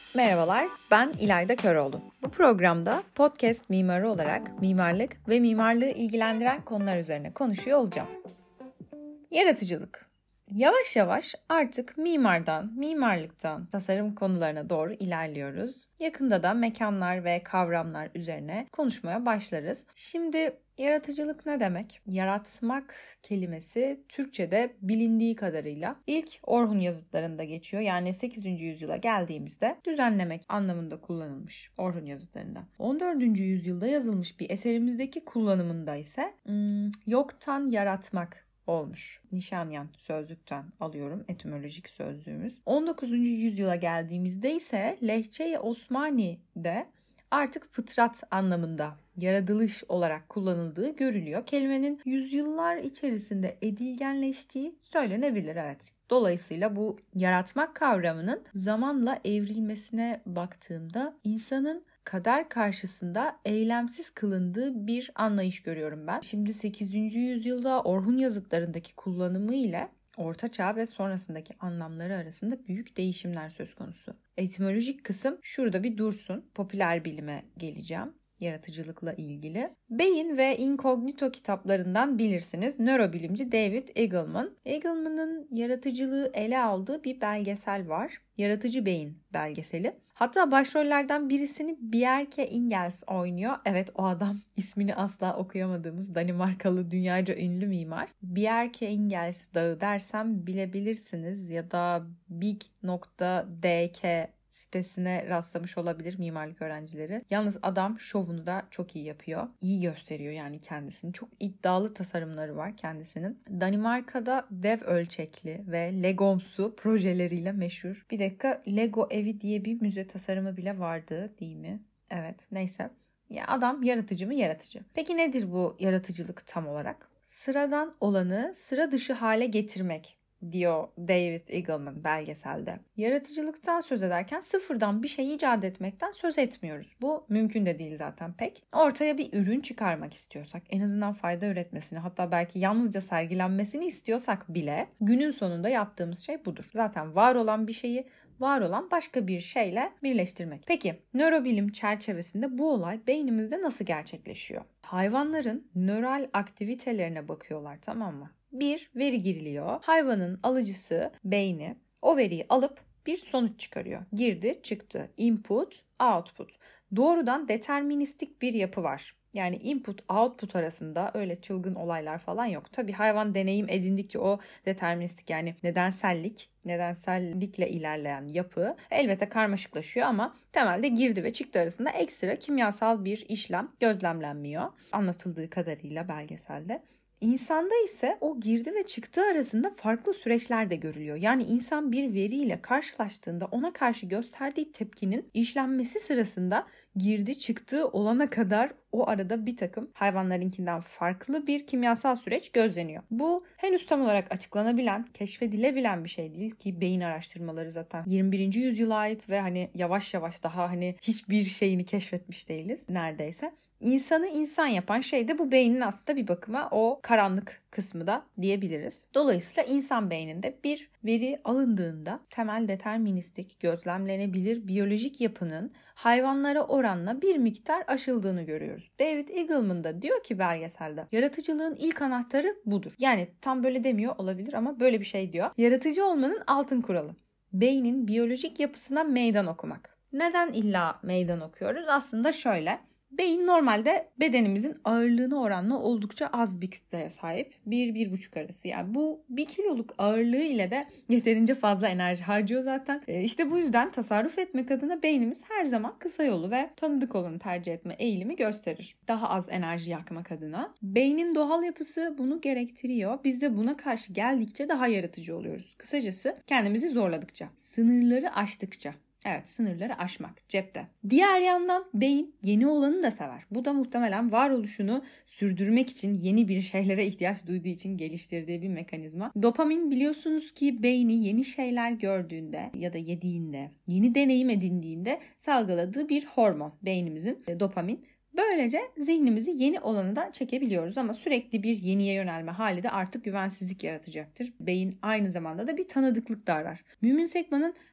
Merhabalar, ben İlayda Köroğlu. Bu programda podcast mimarı olarak mimarlık ve mimarlığı ilgilendiren konular üzerine konuşuyor olacağım. Yaratıcılık. Yavaş yavaş artık mimarlıktan tasarım konularına doğru ilerliyoruz. Yakında da mekanlar ve kavramlar üzerine konuşmaya başlarız. Şimdi yaratıcılık ne demek? Yaratmak kelimesi Türkçe'de bilindiği kadarıyla ilk Orhun yazıtlarında geçiyor. Yani 8. yüzyıla geldiğimizde düzenlemek anlamında kullanılmış Orhun yazıtlarında. 14. yüzyılda yazılmış bir eserimizdeki kullanımında ise yoktan yaratmak olmuş. Nişanyan sözlükten alıyorum etimolojik sözlüğümüz. 19. yüzyıla geldiğimizde ise Lehçe-i Osmani'de artık fıtrat anlamında yaratılış olarak kullanıldığı görülüyor. Kelimenin yüzyıllar içerisinde edilgenleştiği söylenebilir, evet. Dolayısıyla bu yaratmak kavramının zamanla evrilmesine baktığımda insanın kader karşısında eylemsiz kılındığı bir anlayış görüyorum ben. Şimdi 8. yüzyılda Orhun yazıtlarındaki kullanımı ile Orta Çağ ve sonrasındaki anlamları arasında büyük değişimler söz konusu. Etimolojik kısım şurada bir dursun. Popüler bilime geleceğim. Yaratıcılıkla ilgili. Beyin ve Incognito kitaplarından bilirsiniz. Nörobilimci David Eagleman. Eagleman'ın yaratıcılığı ele aldığı bir belgesel var. Yaratıcı Beyin belgeseli. Hatta başrollerden birisini Bjerke Ingels oynuyor. Evet, o adam ismini asla okuyamadığımız Danimarkalı dünyaca ünlü mimar. Bjerke Ingels Dağı dersem bilebilirsiniz ya da big.dk sitesine rastlamış olabilir mimarlık öğrencileri. Yalnız adam şovunu da çok iyi yapıyor. İyi gösteriyor yani kendisini. Çok iddialı tasarımları var kendisinin. Danimarka'da dev ölçekli ve Legomsu projeleriyle meşhur. Bir dakika, Lego evi diye bir müze tasarımı bile vardı değil mi? Evet, neyse. Ya adam yaratıcı mı? Yaratıcı. Peki nedir bu yaratıcılık tam olarak? Sıradan olanı sıra dışı hale getirmek diyor David Eagleman belgeselde. Yaratıcılıktan söz ederken sıfırdan bir şey icat etmekten söz etmiyoruz. Bu mümkün de değil zaten pek. Ortaya bir ürün çıkarmak istiyorsak, en azından fayda üretmesini, hatta belki yalnızca sergilenmesini istiyorsak bile günün sonunda yaptığımız şey budur. Zaten var olan bir şeyi var olan başka bir şeyle birleştirmek. Peki nörobilim çerçevesinde bu olay beynimizde nasıl gerçekleşiyor? Hayvanların nöral aktivitelerine bakıyorlar, tamam mı? Bir veri giriliyor. Hayvanın alıcısı beyni o veriyi alıp bir sonuç çıkarıyor. Girdi, çıktı. Input, output. Doğrudan deterministik bir yapı var. Yani input, output arasında öyle çılgın olaylar falan yok. Tabii hayvan deneyim edindikçe o deterministik, yani nedensellikle ilerleyen yapı elbette karmaşıklaşıyor ama temelde girdi ve çıktı arasında ekstra kimyasal bir işlem gözlemlenmiyor. Anlatıldığı kadarıyla belgeselde. İnsanda ise o girdi ve çıktı arasında farklı süreçler de görülüyor. Yani insan bir veriyle karşılaştığında ona karşı gösterdiği tepkinin işlenmesi sırasında girdi çıktı olana kadar o arada bir takım hayvanlarınkinden farklı bir kimyasal süreç gözleniyor. Bu henüz tam olarak açıklanabilen, keşfedilebilen bir şey değil ki beyin araştırmaları zaten 21. yüzyıla ait ve yavaş yavaş daha hiçbir şeyini keşfetmiş değiliz neredeyse. İnsanı insan yapan şey de bu beynin aslında bir bakıma o karanlık kısmı da diyebiliriz. Dolayısıyla insan beyninde bir veri alındığında temel deterministik, gözlemlenebilir biyolojik yapının hayvanlara oranla bir miktar aşıldığını görüyoruz. David Eagleman da diyor ki belgeselde, yaratıcılığın ilk anahtarı budur. Yani tam böyle demiyor olabilir ama böyle bir şey diyor. Yaratıcı olmanın altın kuralı. Beynin biyolojik yapısına meydan okumak. Neden illa meydan okuyoruz? Aslında şöyle. Beyin normalde bedenimizin ağırlığına oranla oldukça az bir kütleye sahip. 1-1,5 arası. Yani bu 1 kiloluk ağırlığı ile de yeterince fazla enerji harcıyor zaten. İşte bu yüzden tasarruf etmek adına beynimiz her zaman kısa yolu ve tanıdık olanı tercih etme eğilimi gösterir. Daha az enerji yakmak adına. Beynin doğal yapısı bunu gerektiriyor. Biz de buna karşı geldikçe daha yaratıcı oluyoruz. Kısacası kendimizi zorladıkça, sınırları aştıkça. Evet, sınırları aşmak cepte. Diğer yandan beyin yeni olanı da sever. Bu da muhtemelen varoluşunu sürdürmek için, yeni bir şeylere ihtiyaç duyduğu için geliştirdiği bir mekanizma. Dopamin biliyorsunuz ki beyni yeni şeyler gördüğünde ya da yediğinde, yeni deneyim edindiğinde salgıladığı bir hormon beynimizin dopamin. Böylece zihnimizi yeni olanı da çekebiliyoruz ama sürekli bir yeniye yönelme hali de artık güvensizlik yaratacaktır. Beyin aynı zamanda da bir tanıdıklık da arar. Mümin Sekman'ın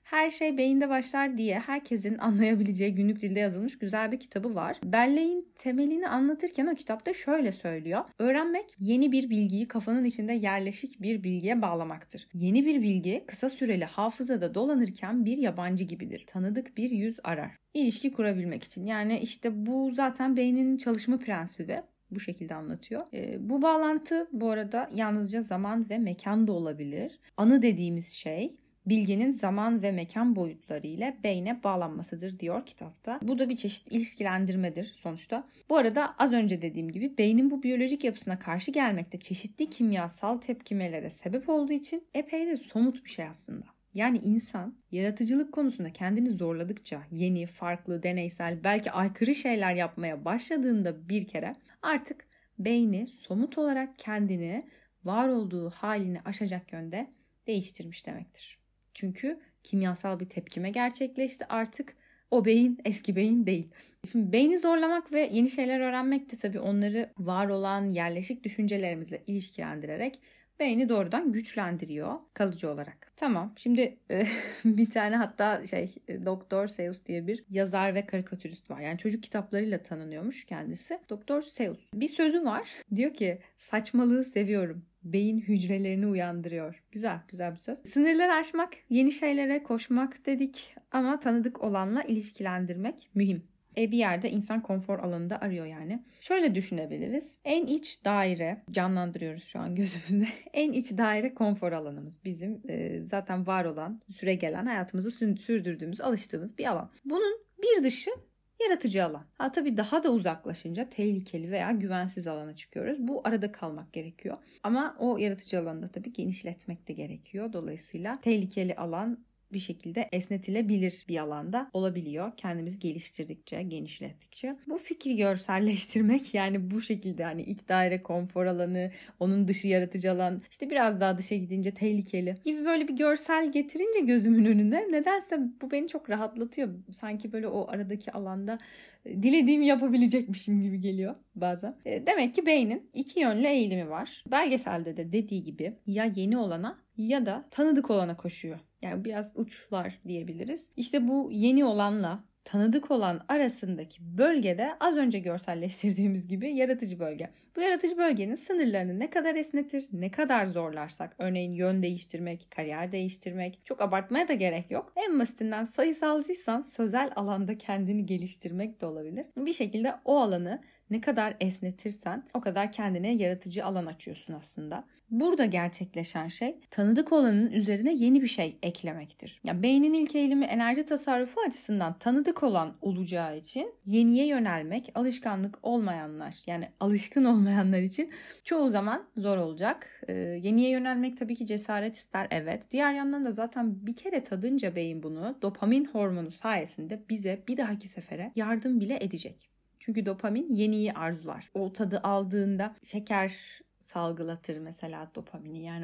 Her Şey Beyinde Başlar diye herkesin anlayabileceği günlük dilde yazılmış güzel bir kitabı var. Berley'in temelini anlatırken o kitapta şöyle söylüyor. Öğrenmek yeni bir bilgiyi kafanın içinde yerleşik bir bilgiye bağlamaktır. Yeni bir bilgi kısa süreli hafızada dolanırken bir yabancı gibidir. Tanıdık bir yüz arar. İlişki kurabilmek için. Yani işte bu zaten beynin çalışma prensibi. Bu şekilde anlatıyor. Bu bağlantı bu arada yalnızca zaman ve mekan da olabilir. Anı dediğimiz şey bilginin zaman ve mekan boyutları ile beyne bağlanmasıdır diyor kitapta. Bu da bir çeşit ilişkilendirmedir sonuçta. Bu arada az önce dediğim gibi beynin bu biyolojik yapısına karşı gelmekte çeşitli kimyasal tepkimelere sebep olduğu için epey de somut bir şey aslında. Yani insan yaratıcılık konusunda kendini zorladıkça yeni, farklı, deneysel, belki aykırı şeyler yapmaya başladığında bir kere artık beyni somut olarak kendini var olduğu halini aşacak yönde değiştirmiş demektir. Çünkü kimyasal bir tepkime gerçekleşti. Artık o beyin eski beyin değil. Şimdi beyni zorlamak ve yeni şeyler öğrenmek de tabii onları var olan yerleşik düşüncelerimizle ilişkilendirerek beyni doğrudan güçlendiriyor kalıcı olarak. Tamam, şimdi bir tane hatta Doktor Seuss diye bir yazar ve karikatürist var. Yani çocuk kitaplarıyla tanınıyormuş kendisi. Doktor Seuss. Bir sözü var. Diyor ki saçmalığı seviyorum. Beyin hücrelerini uyandırıyor. Güzel bir söz. Sınırları aşmak, yeni şeylere koşmak dedik ama tanıdık olanla ilişkilendirmek mühim. Bir yerde insan konfor alanında arıyor yani. Şöyle düşünebiliriz. En iç daire, canlandırıyoruz şu an gözümüzde. En iç daire konfor alanımız. Bizim zaten var olan, süregelen, hayatımızı sürdürdüğümüz, alıştığımız bir alan. Bunun bir dışı yaratıcı alan. Tabii daha da uzaklaşınca tehlikeli veya güvensiz alana çıkıyoruz. Bu arada kalmak gerekiyor. Ama o yaratıcı alanı da tabii genişletmek de gerekiyor. Dolayısıyla tehlikeli alan bir şekilde esnetilebilir bir alanda olabiliyor. Kendimizi geliştirdikçe, genişlettikçe. Bu fikri görselleştirmek yani bu şekilde hani iç daire konfor alanı, onun dışı yaratıcı alan, işte biraz daha dışa gidince tehlikeli gibi böyle bir görsel getirince gözümün önüne nedense bu beni çok rahatlatıyor. Sanki böyle o aradaki alanda dilediğimi yapabilecekmişim gibi geliyor bazen. Demek ki beynin iki yönlü eğilimi var. Belgeselde de dediği gibi ya yeni olana ya da tanıdık olana koşuyor. Yani biraz uçlar diyebiliriz. İşte bu yeni olanla tanıdık olan arasındaki bölgede az önce görselleştirdiğimiz gibi yaratıcı bölge. Bu yaratıcı bölgenin sınırlarını ne kadar esnetir, ne kadar zorlarsak, örneğin yön değiştirmek, kariyer değiştirmek, çok abartmaya da gerek yok. En basitinden sayısalcıysan sözel alanda kendini geliştirmek de olabilir. Bir şekilde o alanı ne kadar esnetirsen o kadar kendine yaratıcı alan açıyorsun aslında. Burada gerçekleşen şey tanıdık olanın üzerine yeni bir şey eklemektir. Yani beynin ilk eğilimi enerji tasarrufu açısından tanıdık olan olacağı için yeniye yönelmek alışkanlık olmayanlar yani alışkın olmayanlar için çoğu zaman zor olacak. Yeniye yönelmek tabii ki cesaret ister, evet. Diğer yandan da zaten bir kere tadınca beyin bunu dopamin hormonu sayesinde bize bir dahaki sefere yardım bile edecek. Çünkü dopamin yeniyi arzular. O tadı aldığında şeker salgılatır mesela dopamini. Yani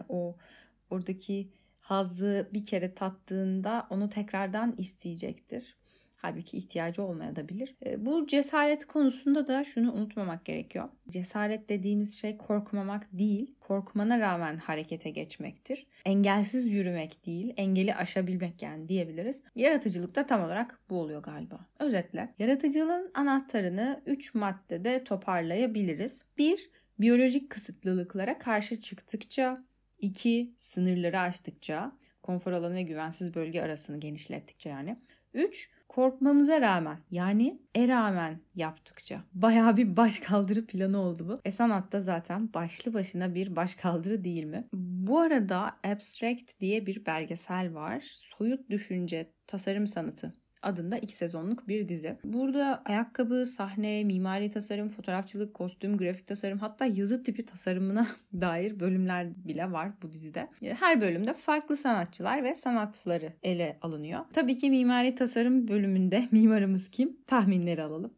oradaki hazzı bir kere tattığında onu tekrardan isteyecektir. Halbuki ihtiyacı olmayabilir. Bu cesaret konusunda da şunu unutmamak gerekiyor. Cesaret dediğimiz şey korkmamak değil, korkmana rağmen harekete geçmektir. Engelsiz yürümek değil, engeli aşabilmek yani diyebiliriz. Yaratıcılık da tam olarak bu oluyor galiba. Özetle, yaratıcılığın anahtarını 3 maddede toparlayabiliriz. 1. Biyolojik kısıtlılıklara karşı çıktıkça. 2. Sınırları aştıkça. Konfor alanı ve güvensiz bölge arasını genişlettikçe yani. 3. Korkmamıza rağmen yani rağmen yaptıkça. Bayağı bir başkaldırı planı oldu bu. Sanatta zaten başlı başına bir başkaldırı değil mi? Bu arada Abstract diye bir belgesel var. Soyut düşünce, tasarım sanatı adında 2 sezonluk bir dizi. Burada ayakkabı, sahne, mimari tasarım, fotoğrafçılık, kostüm, grafik tasarım hatta yazı tipi tasarımına dair bölümler bile var bu dizide. Her bölümde farklı sanatçılar ve sanatları ele alınıyor. Tabii ki mimari tasarım bölümünde mimarımız kim? Tahminleri alalım.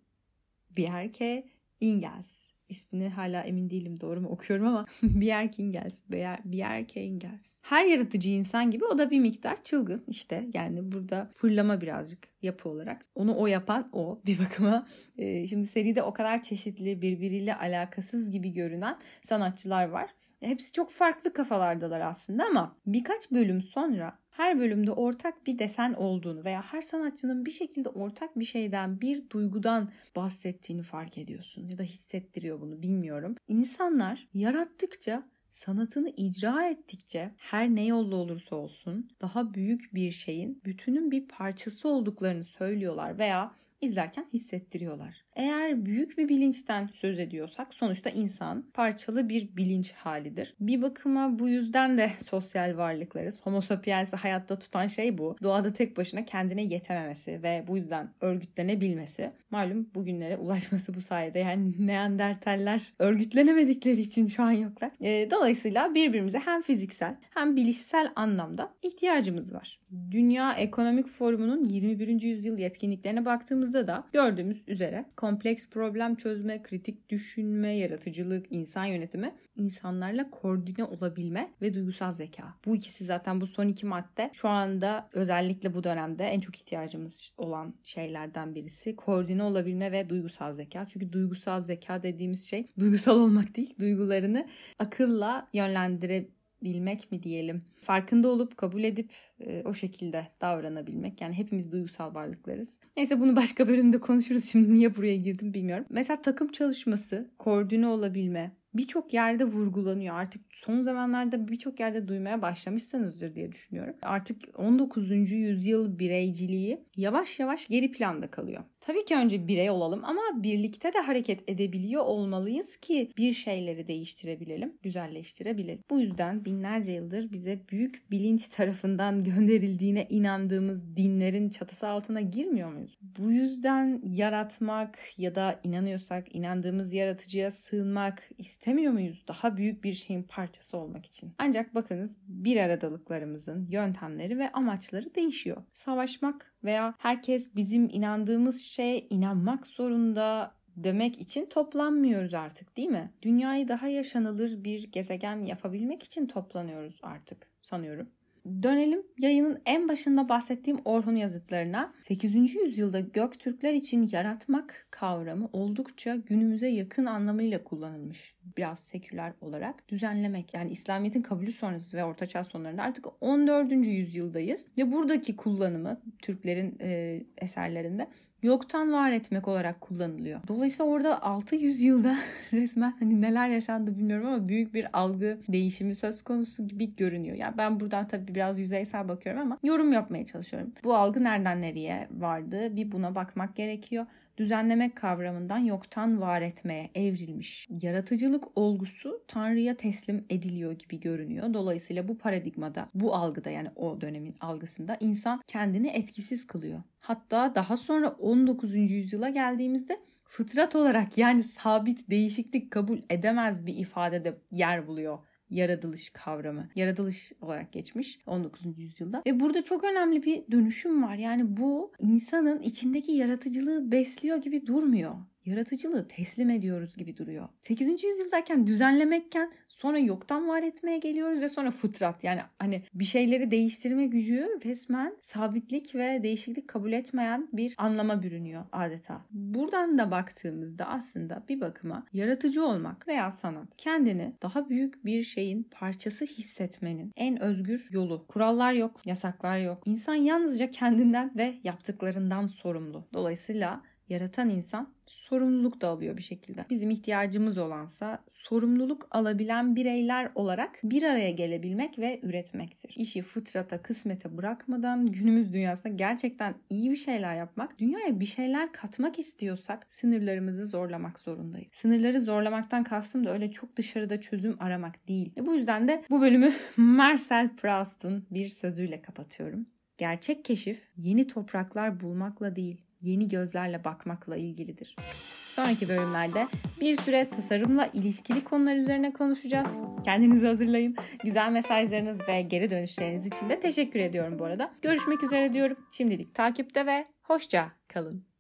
Bjarke Ingels. İsmini hala emin değilim doğru mu okuyorum ama Bjarke Ingels. Her yaratıcı insan gibi o da bir miktar çılgın işte. Yani burada fırlama birazcık yapı olarak. Onu o yapan o bir bakıma. Şimdi seride o kadar çeşitli birbiriyle alakasız gibi görünen sanatçılar var. Hepsi çok farklı kafalardalar aslında ama birkaç bölüm sonra her bölümde ortak bir desen olduğunu veya her sanatçının bir şekilde ortak bir şeyden, bir duygudan bahsettiğini fark ediyorsun. Ya da hissettiriyor bunu, bilmiyorum. İnsanlar yarattıkça, sanatını icra ettikçe her ne yolla olursa olsun daha büyük bir şeyin, bütünün bir parçası olduklarını söylüyorlar veya izlerken hissettiriyorlar. Eğer büyük bir bilinçten söz ediyorsak sonuçta insan parçalı bir bilinç halidir. Bir bakıma bu yüzden de sosyal varlıklarız. Homo sapiens'i hayatta tutan şey bu. Doğada tek başına kendine yetememesi ve bu yüzden örgütlenebilmesi. Malum bugünlere ulaşması bu sayede. Yani Neandertaller örgütlenemedikleri için şu an yoklar. Dolayısıyla birbirimize hem fiziksel hem bilişsel anlamda ihtiyacımız var. Dünya Ekonomik Forumu'nun 21. yüzyıl yetkinliklerine baktığımızda da gördüğümüz üzere kompleks problem çözme, kritik düşünme, yaratıcılık, insan yönetimi, insanlarla koordine olabilme ve duygusal zeka. Bu ikisi zaten, bu son iki madde şu anda özellikle bu dönemde en çok ihtiyacımız olan şeylerden birisi. Koordine olabilme ve duygusal zeka. Çünkü duygusal zeka dediğimiz şey duygusal olmak değil, duygularını akılla yönlendirebilmek mi diyelim. Farkında olup kabul edip o şekilde davranabilmek. Yani hepimiz duygusal varlıklarız. Neyse, bunu başka bölümde konuşuruz. Şimdi niye buraya girdim bilmiyorum. Mesela takım çalışması, koordine olabilme birçok yerde vurgulanıyor. Artık son zamanlarda birçok yerde duymaya başlamışsınızdır diye düşünüyorum. Artık 19. yüzyıl bireyciliği yavaş yavaş geri planda kalıyor. Tabii ki önce birey olalım ama birlikte de hareket edebiliyor olmalıyız ki bir şeyleri değiştirebilelim, güzelleştirebilelim. Bu yüzden binlerce yıldır bize büyük bilinç tarafından gönderildiğine inandığımız dinlerin çatısı altına girmiyor muyuz? Bu yüzden yaratmak ya da inanıyorsak inandığımız yaratıcıya sığınmak istemiyor muyuz? Daha büyük bir şeyin parçası olmak için. Ancak bakınız, bir aradalıklarımızın yöntemleri ve amaçları değişiyor. Savaşmak veya herkes bizim inandığımız şeye inanmak zorunda demek için toplanmıyoruz artık, değil mi? Dünyayı daha yaşanılır bir gezegen yapabilmek için toplanıyoruz artık sanıyorum. Dönelim yayının en başında bahsettiğim Orhun yazıtlarına. 8. yüzyılda Göktürkler için yaratmak kavramı oldukça günümüze yakın anlamıyla kullanılmış. Biraz seküler olarak düzenlemek, yani İslamiyet'in kabulü sonrası ve Ortaçağ sonlarında artık 14. yüzyıldayız. Ve buradaki kullanımı Türklerin eserlerinde yoktan var etmek olarak kullanılıyor. Dolayısıyla orada 600 yılda resmen hani neler yaşandı bilmiyorum ama büyük bir algı değişimi söz konusu gibi görünüyor. Yani ben buradan tabii biraz yüzeysel bakıyorum ama yorum yapmaya çalışıyorum. Bu algı nereden nereye vardı? Bir buna bakmak gerekiyor. Düzenlemek kavramından yoktan var etmeye evrilmiş. Yaratıcılık olgusu Tanrı'ya teslim ediliyor gibi görünüyor. Dolayısıyla bu paradigmada, bu algıda, yani o dönemin algısında insan kendini etkisiz kılıyor. Hatta daha sonra 19. yüzyıla geldiğimizde fıtrat olarak, yani sabit, değişiklik kabul edemez bir ifadede yer buluyor yaratılış kavramı. Yaratılış olarak geçmiş 19. yüzyılda. Ve burada çok önemli bir dönüşüm var. Yani bu insanın içindeki yaratıcılığı besliyor gibi durmuyor. Yaratıcılığı teslim ediyoruz gibi duruyor. 8. yüzyıldayken düzenlemekken sonra yoktan var etmeye geliyoruz ve sonra fıtrat, yani hani bir şeyleri değiştirme gücü resmen sabitlik ve değişiklik kabul etmeyen bir anlama bürünüyor adeta. Buradan da baktığımızda aslında bir bakıma yaratıcı olmak veya sanat kendini daha büyük bir şeyin parçası hissetmenin en özgür yolu. Kurallar yok, yasaklar yok. İnsan yalnızca kendinden ve yaptıklarından sorumlu. Dolayısıyla yaratan insan sorumluluk da alıyor bir şekilde. Bizim ihtiyacımız olansa sorumluluk alabilen bireyler olarak bir araya gelebilmek ve üretmektir. İşi fıtrata, kısmete bırakmadan günümüz dünyasında gerçekten iyi bir şeyler yapmak, dünyaya bir şeyler katmak istiyorsak sınırlarımızı zorlamak zorundayız. Sınırları zorlamaktan kastım da öyle çok dışarıda çözüm aramak değil. Bu yüzden de bu bölümü Marcel Proust'un bir sözüyle kapatıyorum. Gerçek keşif yeni topraklar bulmakla değil, yeni gözlerle bakmakla ilgilidir. Sonraki bölümlerde bir süre tasarımla ilişkili konular üzerine konuşacağız. Kendinizi hazırlayın. Güzel mesajlarınız ve geri dönüşleriniz için de teşekkür ediyorum bu arada. Görüşmek üzere diyorum. Şimdilik takipte ve hoşça kalın.